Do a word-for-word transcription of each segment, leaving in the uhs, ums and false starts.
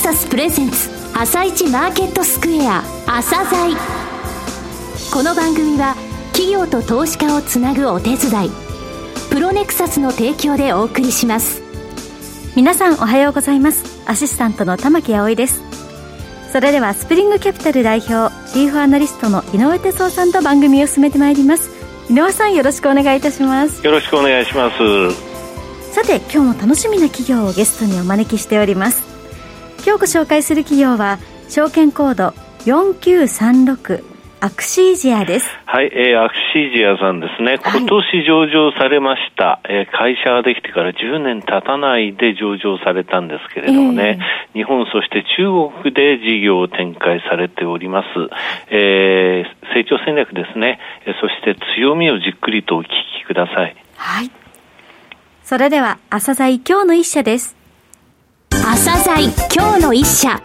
サスプレゼンツ朝一マーケットスクエア朝鮮。この番組は企業と投資家をつなぐお手伝い、プロネクサスの提供でお送りします。 皆さんおはようございます。アシスタントの玉木葵です。それではスプリングキャピタル代表チーフアナリストの井上哲夫さんと番組を進めてまいります。井上さん、よろしくお願いいたします。 よろしくお願いします。 さて、今日も楽しみな企業をゲストにお招きしております。今日ご紹介する企業は証券コードよんきゅうさんろくアクシージアです。 はい、えー、アクシージアさんですね。今年上場されました、はい、えー、会社ができてからじゅうねん経たないで上場されたんですけれどもね、えー、日本そして中国で事業を展開されております。えー、成長戦略ですね、えー、そして強みをじっくりとお聞きください。 はい。それでは朝鮮今日の一社です。 朝鮮今日の一社。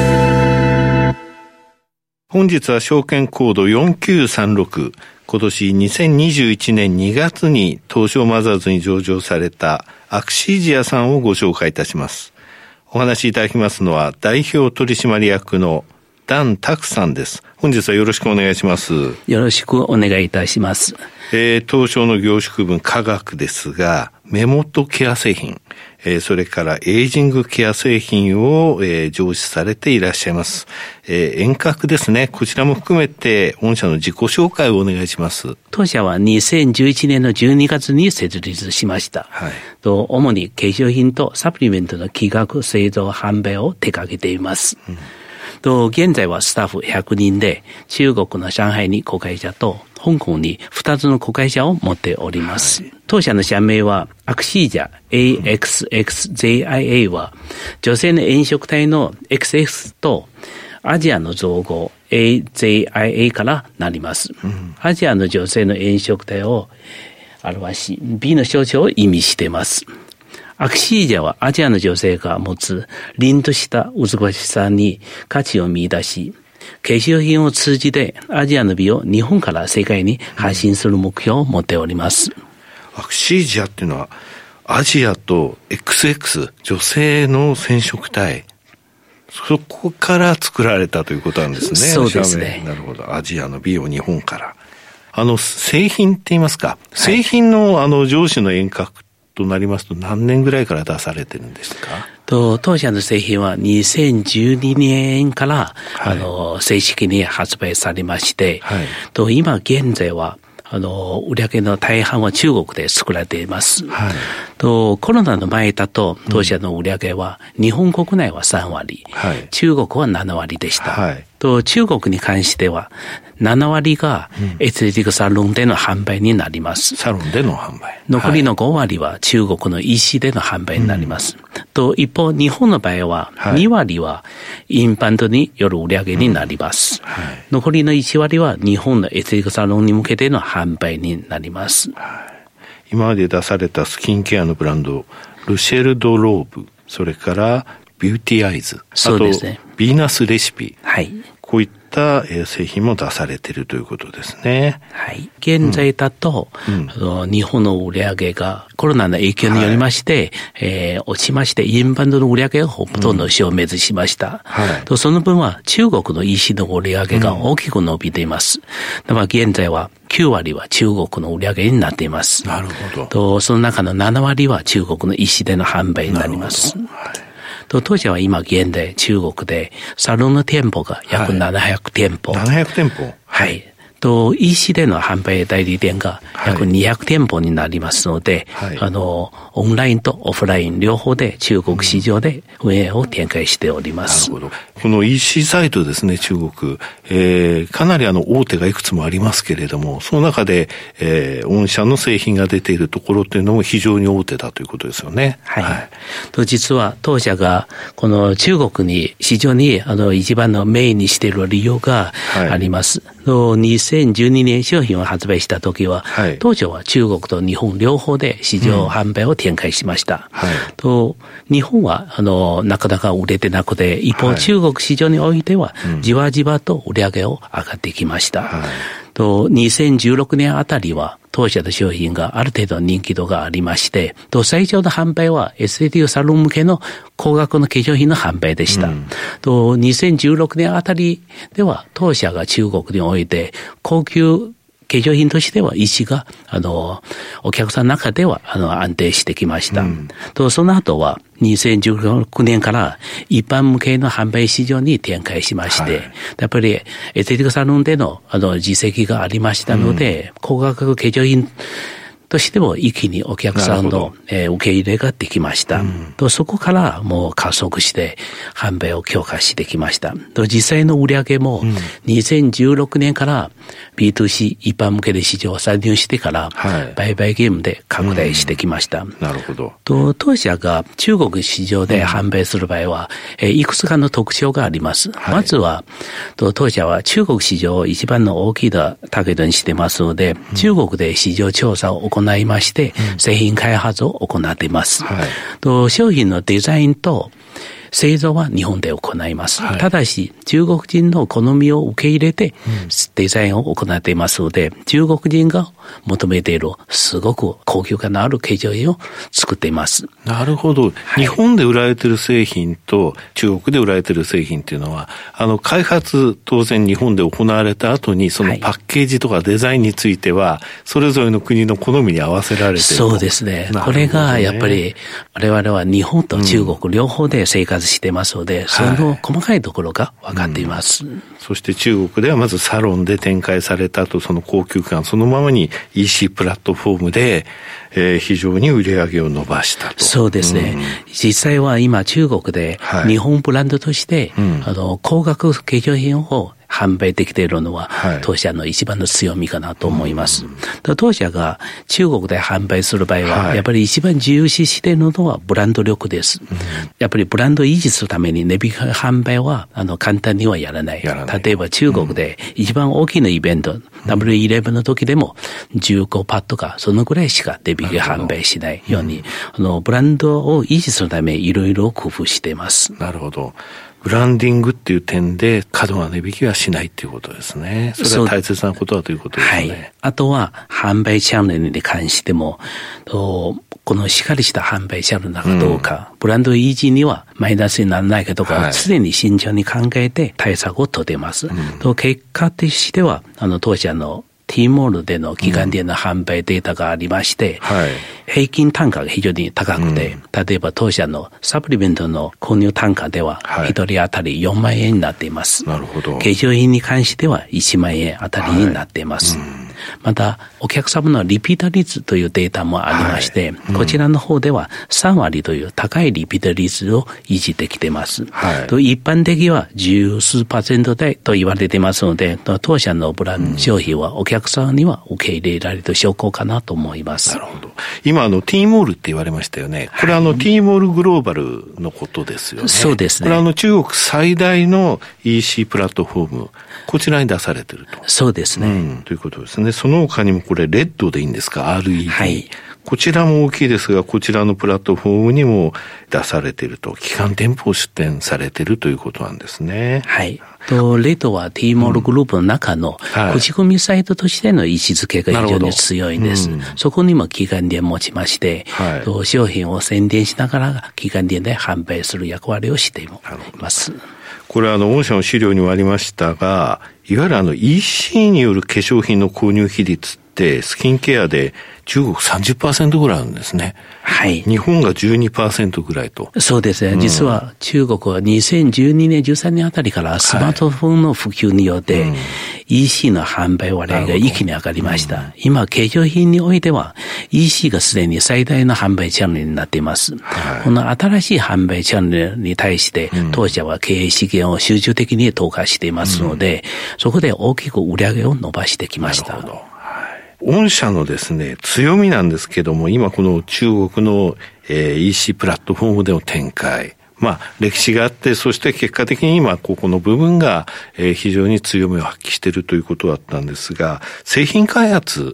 本日は証券コードよんきゅうさんろく、今年にせんにじゅういちねんにがつに東証マザーズに上場されたアクシージアさんをご紹介いたします。お話しいただきますのは代表取締役のダン・タクさんです。本日はよろしくお願いします。 よろしくお願いいたします。 えー、東証の業種区分科学ですが、目元ケア製品、えー、それからエイジングケア製品を、えー、上司されていらっしゃいます。えー、遠隔ですね。こちらも含めて御社の自己紹介をお願いします。 当社はにせんじゅういちねんのじゅうにがつに設立しました。はい、と主に化粧品とサプリメントの企画製造販売を手掛けています。うん、と現在はスタッフひゃくにんで中国の上海に子会社と香港にふたつの子会社を持っております。はい、当社の社名はアクシージャ エーエックスエックスジェイアイエー は女性の染色体の エックスエックス とアジアの造語 エージェイアイエー からなります。うん、アジアの女性の染色体を表し B の象徴を意味しています。アクシージャはアジアの女性が持つ凛とした美しさに価値を見出し、化粧品を通じてアジアの美を日本から世界に発信する目標を持っております。 アクシージアっていうのはアジアと エックスエックス 女性の染色体、そこから作られたということなんですね。 そうですね。 なるほど。アジアの美を日本から。あの製品って言いますか、はい、製品のあの上司の遠隔となりますと何年ぐらいから出されてるんですか？ と当社の製品はにせんじゅうにねんから、はい、あの正式に発売されまして、はい、と今現在はあの売上の大半は中国で作られています。はい、とコロナの前だと当社の売上は、うん、日本国内はさんわり、はい、中国はななわりでした。はい、と中国に関してはななわりがエステティックサロンでの販売になります。 サロンでの販売。 残りのごわりは中国の イーシー での販売になります。うん、と一方日本の場合はにわりはインバウンドによる売上になります。うん、はい、残りのいちわりは日本のエステティックサロンに向けての販売になります。 はい、今まで出されたスキンケアのブランド、ルシェルドローブ、それからビューティーアイズ、 そうですね、 あとビーナスレシピ、 はい、 こういった製品も出されているということですね。 はい。現在だと、うんうん、日本の売上がコロナの影響によりまして、はい、えー、落ちまして、インバウンドの売上がほとんど消滅しました。うん、はい、とその分は中国の イーシー の売上が大きく伸びています。うん、だから現在はきゅうわりは中国の売上になっています。 なるほど。 とその中のななわりは中国の イーシー での販売になります。と当社は今現在中国でサロンの店舗が約ななひゃくてんぽ。 はい、ななひゃくてんぽ。 はい。と イーシー での販売代理店が約にひゃくてんぽになりますので、はい、あのオンラインとオフライン両方で中国市場で運営を展開しております。 なるほど。この イーシー サイトですね、中国、えー、かなりあの大手がいくつもありますけれども、その中で、えー、御社の製品が出ているところというのも非常に大手だということですよね。 はい。はい、と実は当社がこの中国に市場にあの一番のメインにしている理由があります。はい、のにせんじゅうにねん商品を発売した時は、はい、当初は中国と日本両方で市場販売を展開しました。うん、はい、と日本はあのなかなか売れてなくて、一方中国市場においては、はい、じわじわと売り上げを上がってきました。はい、 とにせんじゅうろくねんあたりは当社の商品がある程度人気度がありまして、と最初の販売は エスティー サロン向けの高額の化粧品の販売でした。うん、とにせんじゅうろくねんあたりでは当社が中国において高級化粧品としては、医師が、あの、お客さんの中では、あの、安定してきました。うん、と、その後は、にせんじゅうろくねんから一般向けの販売市場に展開しまして、はい、やっぱりエステティックサロンでの、あの、実績がありましたので、うん、高額化粧品としても一気にお客さんの、えー、受け入れができました。うん、とそこからもう加速して販売を強化してきました。と実際の売上もにせんじゅうろくねんから ビーツーシー 一般向けで市場を参入してから売買ゲームで拡大してきました。 うん、なるほど。 と当社が中国市場で販売する場合は、えー、いくつかの特徴があります。はい、まずはと当社は中国市場を一番の大きなターゲットにしてますので、うん、中国で市場調査を行いまして、うん、製品開発を行っています。はい、と商品のデザインと製造は日本で行います。はい、ただし、中国人の好みを受け入れて、デザインを行っていますので、うん、中国人が求めているすごく高級感のある化粧品を作っています。 なるほど。はい、日本で売られている製品と中国で売られている製品っていうのは、あの、開発当然日本で行われた後に、そのパッケージとかデザインについては、それぞれの国の好みに合わせられている。 そうですね。ね、これがやっぱり、我々は日本と中国両方で生活してますので、うん、その細かいところが分かっています。はいうん、 そして中国ではまずサロンで展開された後、その高級感そのままに イーシー プラットフォームで、えー、非常に売り上げを伸ばしたと。 そうですね。うん、実際は今中国で日本ブランドとして、はいうん、あの高額化粧品を販売できているのは、はい、当社の一番の強みかなと思います。うん、当社が中国で販売する場合は、はい、やっぱり一番重視しているのはブランド力です。うん、やっぱりブランドを維持するために値引き販売はあの簡単にはやらない。やらない。例えば中国で一番大きなイベント、うん、ダブリューイレブン の時でもじゅうごパッとかそのぐらいしか値引き販売しないように、うん、あのブランドを維持するためいろいろ工夫しています。 なるほど。ブランディングっていう点で過度な値引きはしないっていうことですね。それは大切なことだということですね。はい。 あとは販売チャンネルに関しても、このしっかりした販売チャンネルなのかどうか、うん、ブランド維持にはマイナスにならないかどうか、常に慎重に考えて対策をとっています。うん、と結果としては、あの当社のT モールでの期間での販売データがありまして、うんはい、平均単価が非常に高くて、うん、例えば当社のサプリメントの購入単価では一人当たりよんまんえんになっています。なるほど。化粧品に関してはいちまんえん当たりになっています。はいうんまた、お客様のリピーター率というデータもありまして、はいうん、こちらの方ではさんわりという高いリピーター率を維持できています。はい、と一般的には十数パーセント台と言われていますので、当社のブランド商品はお客様には受け入れられる証拠かなと思います。 なるほど。今、あの、T モールって言われましたよね。これはあの、はい、T モールグローバルのことですよね。 そうですね。 これはあの、中国最大の イーシー プラットフォーム、こちらに出されていると。 そうですね、うん。 ということですね。その他にもこれ、レッドでいいんですか ?アールイーディー。はい。こちらも大きいですが、こちらのプラットフォームにも出されていると、基幹店舗出店されているということなんですね。 はい。と、レッドは T モールグループの中の口コミサイトとしての位置づけが非常に強いんです。うん、そこにも基幹店を持ちまして、はい、と商品を宣伝しながら基幹店で販売する役割をしています。 これはあの、御社の資料にもありましたが、いわゆるあの イーシー による化粧品の購入比率ってスキンケアで中国 さんじゅっパーセント ぐらいあるんですね。はい。日本が じゅうにパーセント ぐらいと。 そうですね。うん、実は中国はにせんじゅうにねん、じゅうさんねんあたりからスマートフォンの普及によって、はいうん、イーシー の販売割合が一気に上がりました。うん、今、化粧品においては イーシー がすでに最大の販売チャンネルになっています。はい、この新しい販売チャンネルに対して、うん、当社は経営資源を集中的に投下していますので、うん、そこで大きく売り上げを伸ばしてきました。なるほど。 御社のですね、強みなんですけども、今この中国の、えー、イーシー プラットフォームでの展開。まあ、歴史があって、そして結果的に今、ここの部分が、えー、非常に強みを発揮しているということだったんですが、製品開発、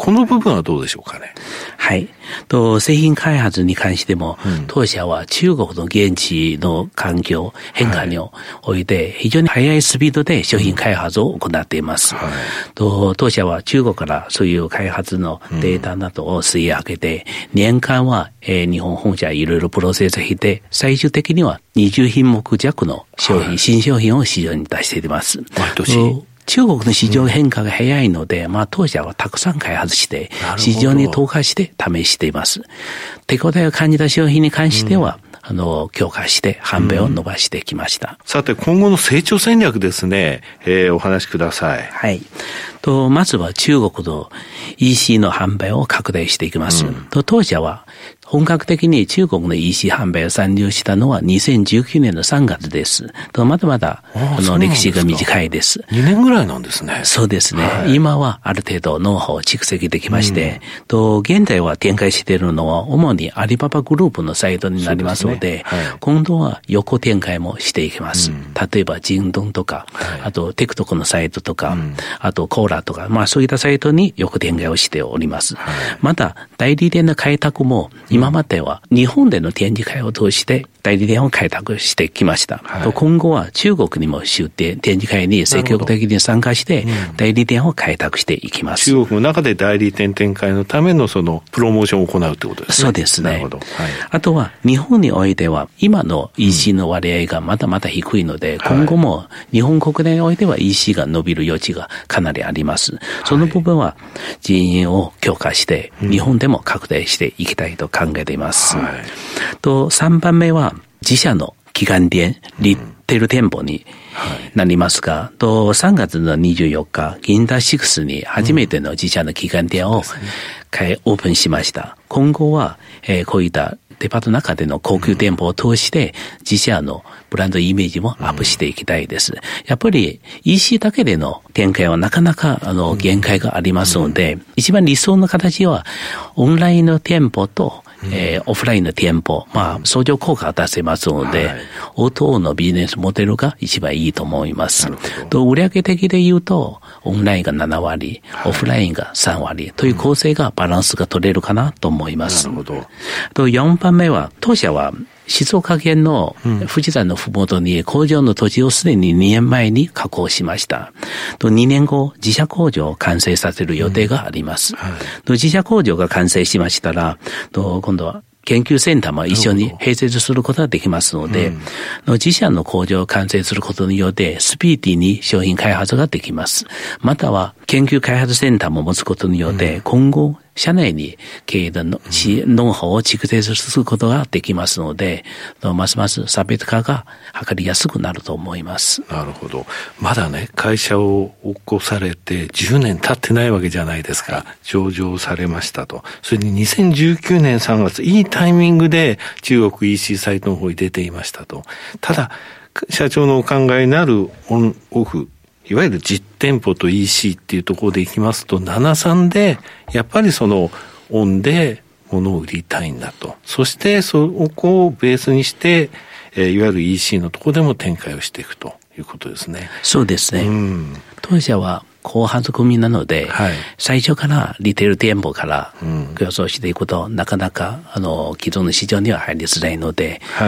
この部分はどうでしょうかね。 はい。と、製品開発に関しても、うん、当社は中国の現地の環境、変化において、非常に速いスピードで商品開発を行っています。はい、と、当社は中国からそういう開発のデータなどを吸い上げて、うん、年間は、えー、日本本社いろいろプロセスして、最終的にはにじゅうひんもく弱の商品、はい、新商品を市場に出しています。 毎年。 中国の市場変化が早いので、うん、まあ当社はたくさん開発して、市場に投下して試しています。手応えを感じた商品に関しては、うん、あの、強化して販売を伸ばしてきました。うん、 さて、今後の成長戦略ですね、えー、お話しください。 はい。と、まずは中国の イーシー の販売を拡大していきます。うん、と、当社は本格的に中国の イーシー 販売を参入したのはにせんじゅうきゅうねんのさんがつです。と、まだまだ、あの、歴史が短いです。 にねんぐらいなんですね。 そうですね。はい、今はある程度ノウハウを蓄積できまして、うん、と、現在は展開しているのは主にアリババグループのサイトになりますので、でねはい、今度は横展開もしていきます。うん、例えば、ジンドンとか、はい、あと、テクトコのサイトとか、うん、あと、コーラとか、まあそういったサイトに横展開をしております。はい、また、代理店の開拓も、今までは日本での展示会を通して代理店を開拓してきました。はい、今後は中国にも出店、展示会に積極的に参加して、代理店を開拓していきます。 中国の中で代理店展開のためのそのプロモーションを行うということですね。 そうですね。 なるほど。はい、 あとは、日本においては、今の イーシー の割合がまだまだ低いので、うん、今後も日本国内においては イーシー が伸びる余地がかなりあります。その部分は人員を強化して、日本でも拡大していきたいと考えています。はい、と、さんばんめは自社の旗艦店、リテール店舗になりますが、うん、とさんがつのにじゅうよっか、銀座シックスに初めての自社の旗艦店を開、オープンしました。今後は、えー、こういったデパートの中での高級店舗を通して自社のブランドイメージもアップしていきたいです。やっぱり イーシー だけでの展開はなかなかあの限界がありますので、一番理想の形はオンラインの店舗とえー、オフラインの店舗、まあ、相乗効果が出せますので、はい、オートオーのビジネスモデルが一番いいと思います。と、売上的で言うと、オンラインがななわり、はい、オフラインがさんわりという構成がバランスが取れるかなと思います。 なるほど。 と、よんばんめは、当社は、静岡県の富士山のふもとに工場の土地をすでににねんまえに確保しました。とにねんご、自社工場を完成させる予定があります。うんはい、と自社工場が完成しましたら、と今度は研究センターも一緒に併設することができますので、うん、自社の工場を完成することによってスピーディーに商品開発ができます。または研究開発センターも持つことによって今後社内に経営のノウハウを蓄積することができますので、ますます差別化が図りやすくなると思います。 なるほど。まだね、会社を起こされてじゅうねん経ってないわけじゃないですか。はい、上場されましたと。それににせんじゅうきゅうねんさんがつ、いいタイミングで中国 イーシー サイトの方に出ていましたと。ただ、社長のお考えになるオンオフ、いわゆる実店舗と イーシー っていうところでいきますと、ななさんで、やっぱりそのオンで物を売りたいんだと。そしてそこをベースにして、えー、いわゆる イーシー のところでも展開をしていくということですね。 そうですね。うん、当社は後発組なので、はい、最初からリテール店舗から競争していくと、うん、なかなかあの既存の市場には入りづらいので、はい、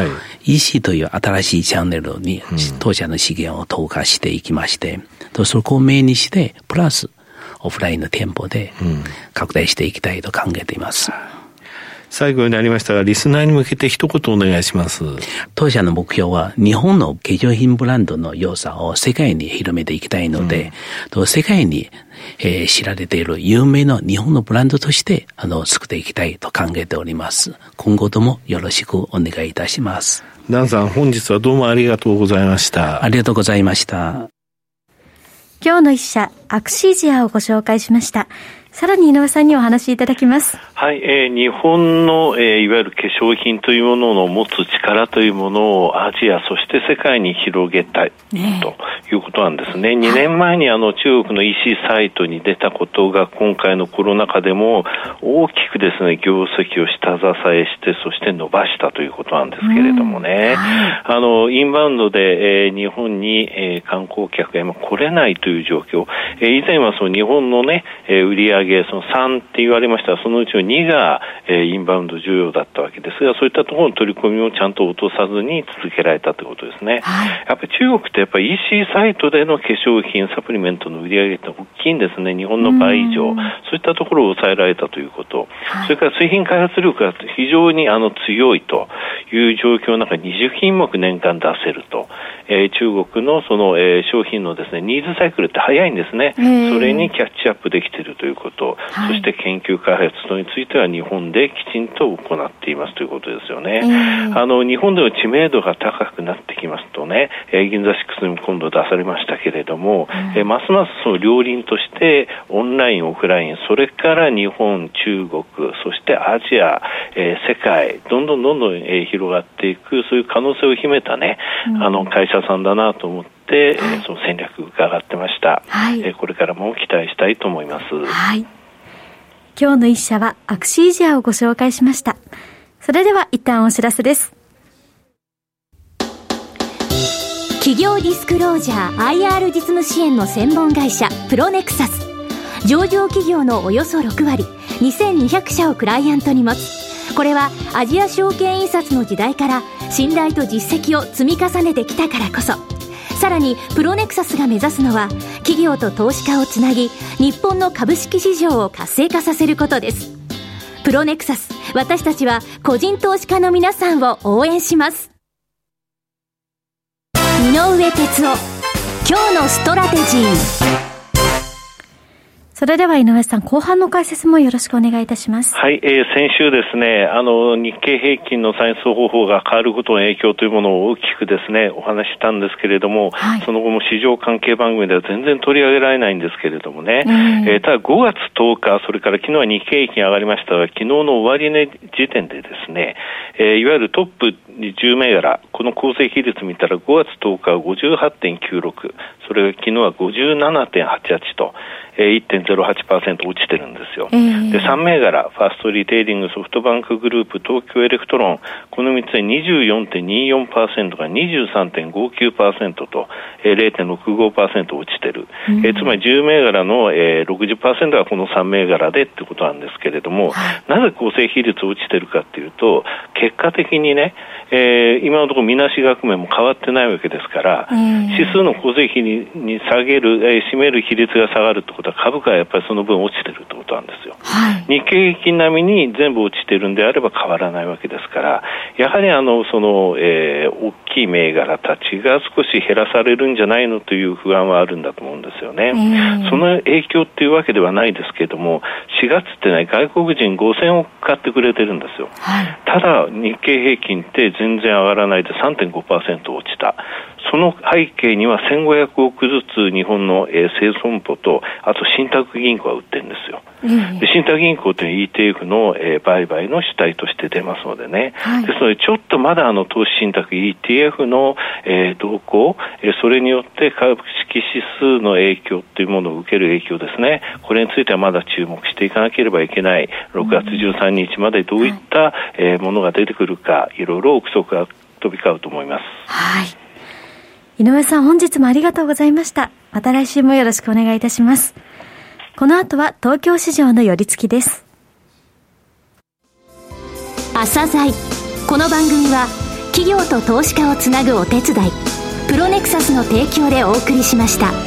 イーシー という新しいチャンネルに当社の資源を投下していきまして、うん、そこをメインにしてプラスオフラインの店舗で拡大していきたいと考えています。うん最後になりましたが、リスナーに向けて一言お願いします。 当社の目標は、日本の化粧品ブランドの良さを世界に広めていきたいので、うん、世界に、えー、知られている有名な日本のブランドとして、あの、作っていきたいと考えております。今後ともよろしくお願いいたします。 ダンさん、本日はどうもありがとうございました。 ありがとうございました。 今日の一社、アクシージアをご紹介しました。さらに井上さんにお話しいただきます。 はい、えー、日本の、えー、いわゆる化粧品というものの持つ力というものをアジアそして世界に広げたい、ね、ということなんですね。にねんまえにあの中国の イーシー サイトに出たことが今回のコロナ禍でも大きくですね業績を下支えしてそして伸ばしたということなんですけれどもね、うん、あのインバウンドで、えー、日本に、えー、観光客が今来れないという状況、えー、以前はその日本のね、えー、売上げ、そのさんって言われました。そのうちのにが、えー、インバウンド需要だったわけですが、そういったところの取り込みをちゃんと落とさずに続けられたということですね。はい、やっぱり中国ってやっぱり イーシー サイトでの化粧品、サプリメントの売り上げって大きいんですね。日本の倍以上。そういったところを抑えられたということ。はい、それから製品開発力が非常にあの強いという状況の中ににじゅうひんもく年間出せると。えー、中国のその、えー、商品のですね、ニーズサイクルって早いんですね。それにキャッチアップできているということ。はい、そして研究開発等については日本できちんと行っていますということですよね。あの、日本での知名度が高くなってきますとね、えー、銀座シックスにも今度出されましたけれども、えー、ますますその両輪としてオンライン、オフライン、それから日本、中国、そしてアジア、えー、世界、どんどんどんどん、えー、広がっていく、そういう可能性を秘めたね、うん、あの会社さんだなと思って、はい、えー、その戦略伺ってました。はい、えー、これからも期待したいと思います。 はい。今日の一社はアクシージアをご紹介しました。それでは一旦お知らせです。 企業ディスクロージャー アイアール 実務支援の専門会社プロネクサス。上場企業のおよそろくわり、にせんにひゃくしゃをクライアントに持つ。これはアジア証券印刷の時代から信頼と実績を積み重ねてきたからこそ。さらにプロネクサスが目指すのは企業と投資家をつなぎ、日本の株式市場を活性化させることです。プロネクサス、私たちは個人投資家の皆さんを応援します。井上哲夫、今日のストラテジー。 それでは井上さん、後半の解説もよろしくお願いいたします。 はい、えー、先週ですね、あの日経平均の算出方法が変わることの影響というものを大きくですねお話ししたんですけれども、はい、その後も市場関係番組では全然取り上げられないんですけれどもね、うん、えー、ただごがつとおか、それから昨日は日経平均上がりましたが、昨日の終値時点でですね、えー、いわゆるトップじゅう銘柄、この構成比率見たらごがつとおかは ごじゅうはちてんきゅうろく、それが昨日は ごじゅうななてんはちはち と、えー、いってんぜろはちパーセント 落ちてるんですよ。えー、で、さん銘柄、ファーストリテイリング、ソフトバンクグループ、東京エレクトロン、このみっつで にじゅうよんてんにじゅうよんパーセント が にじゅうさんてんごきゅうパーセント と、えー、れいてんろくごパーセント 落ちてる。うん、えー、つまりじゅう銘柄の、えー、ろくじゅっパーセント がこのさん銘柄でってことなんですけれども、はい、なぜ構成比率落ちてるかっていうと、結果的にね、えー、今のところみなし額面も変わってないわけですから、えー、指数の構成比に、に下げる、えー、占める比率が下がるってことは株価はやっぱりその分落ちてるってことなんですよ。はい、日経平均並みに全部落ちてるんであれば変わらないわけですから、やはりあのその、えー、大きい銘柄たちが少し減らされるんじゃないのという不安はあるんだと思うんですよね。えー、その影響っていうわけではないですけれども、しがつってね、外国人ごせんおく買ってくれてるんですよ。はい、ただ日経平均って全然上がらないで さんてんごパーセント 落ちた。その背景にはせんごひゃくおくずつ日本の、えー、生損保と、あと信託銀行が売ってるんですよ。うん、で信託銀行というのは イーティーエフ の、えー、売買の主体として出ますのでね、はい、ですのでちょっとまだあの投資信託 イーティーエフ の、えー、動向、えー、それによって株式指数の影響というものを受ける影響ですね、これについてはまだ注目していかなければいけない。ろくがつじゅうさんにちまでどういった、はい、えー、ものが出てくるか、いろいろ憶測が飛び交うと思います。 はい、井上さん、本日もありがとうございました。また来週もよろしくお願いいたします。この後は東京市場の寄り付きです。 朝鮮。この番組は企業と投資家をつなぐお手伝い、プロネクサスの提供でお送りしました。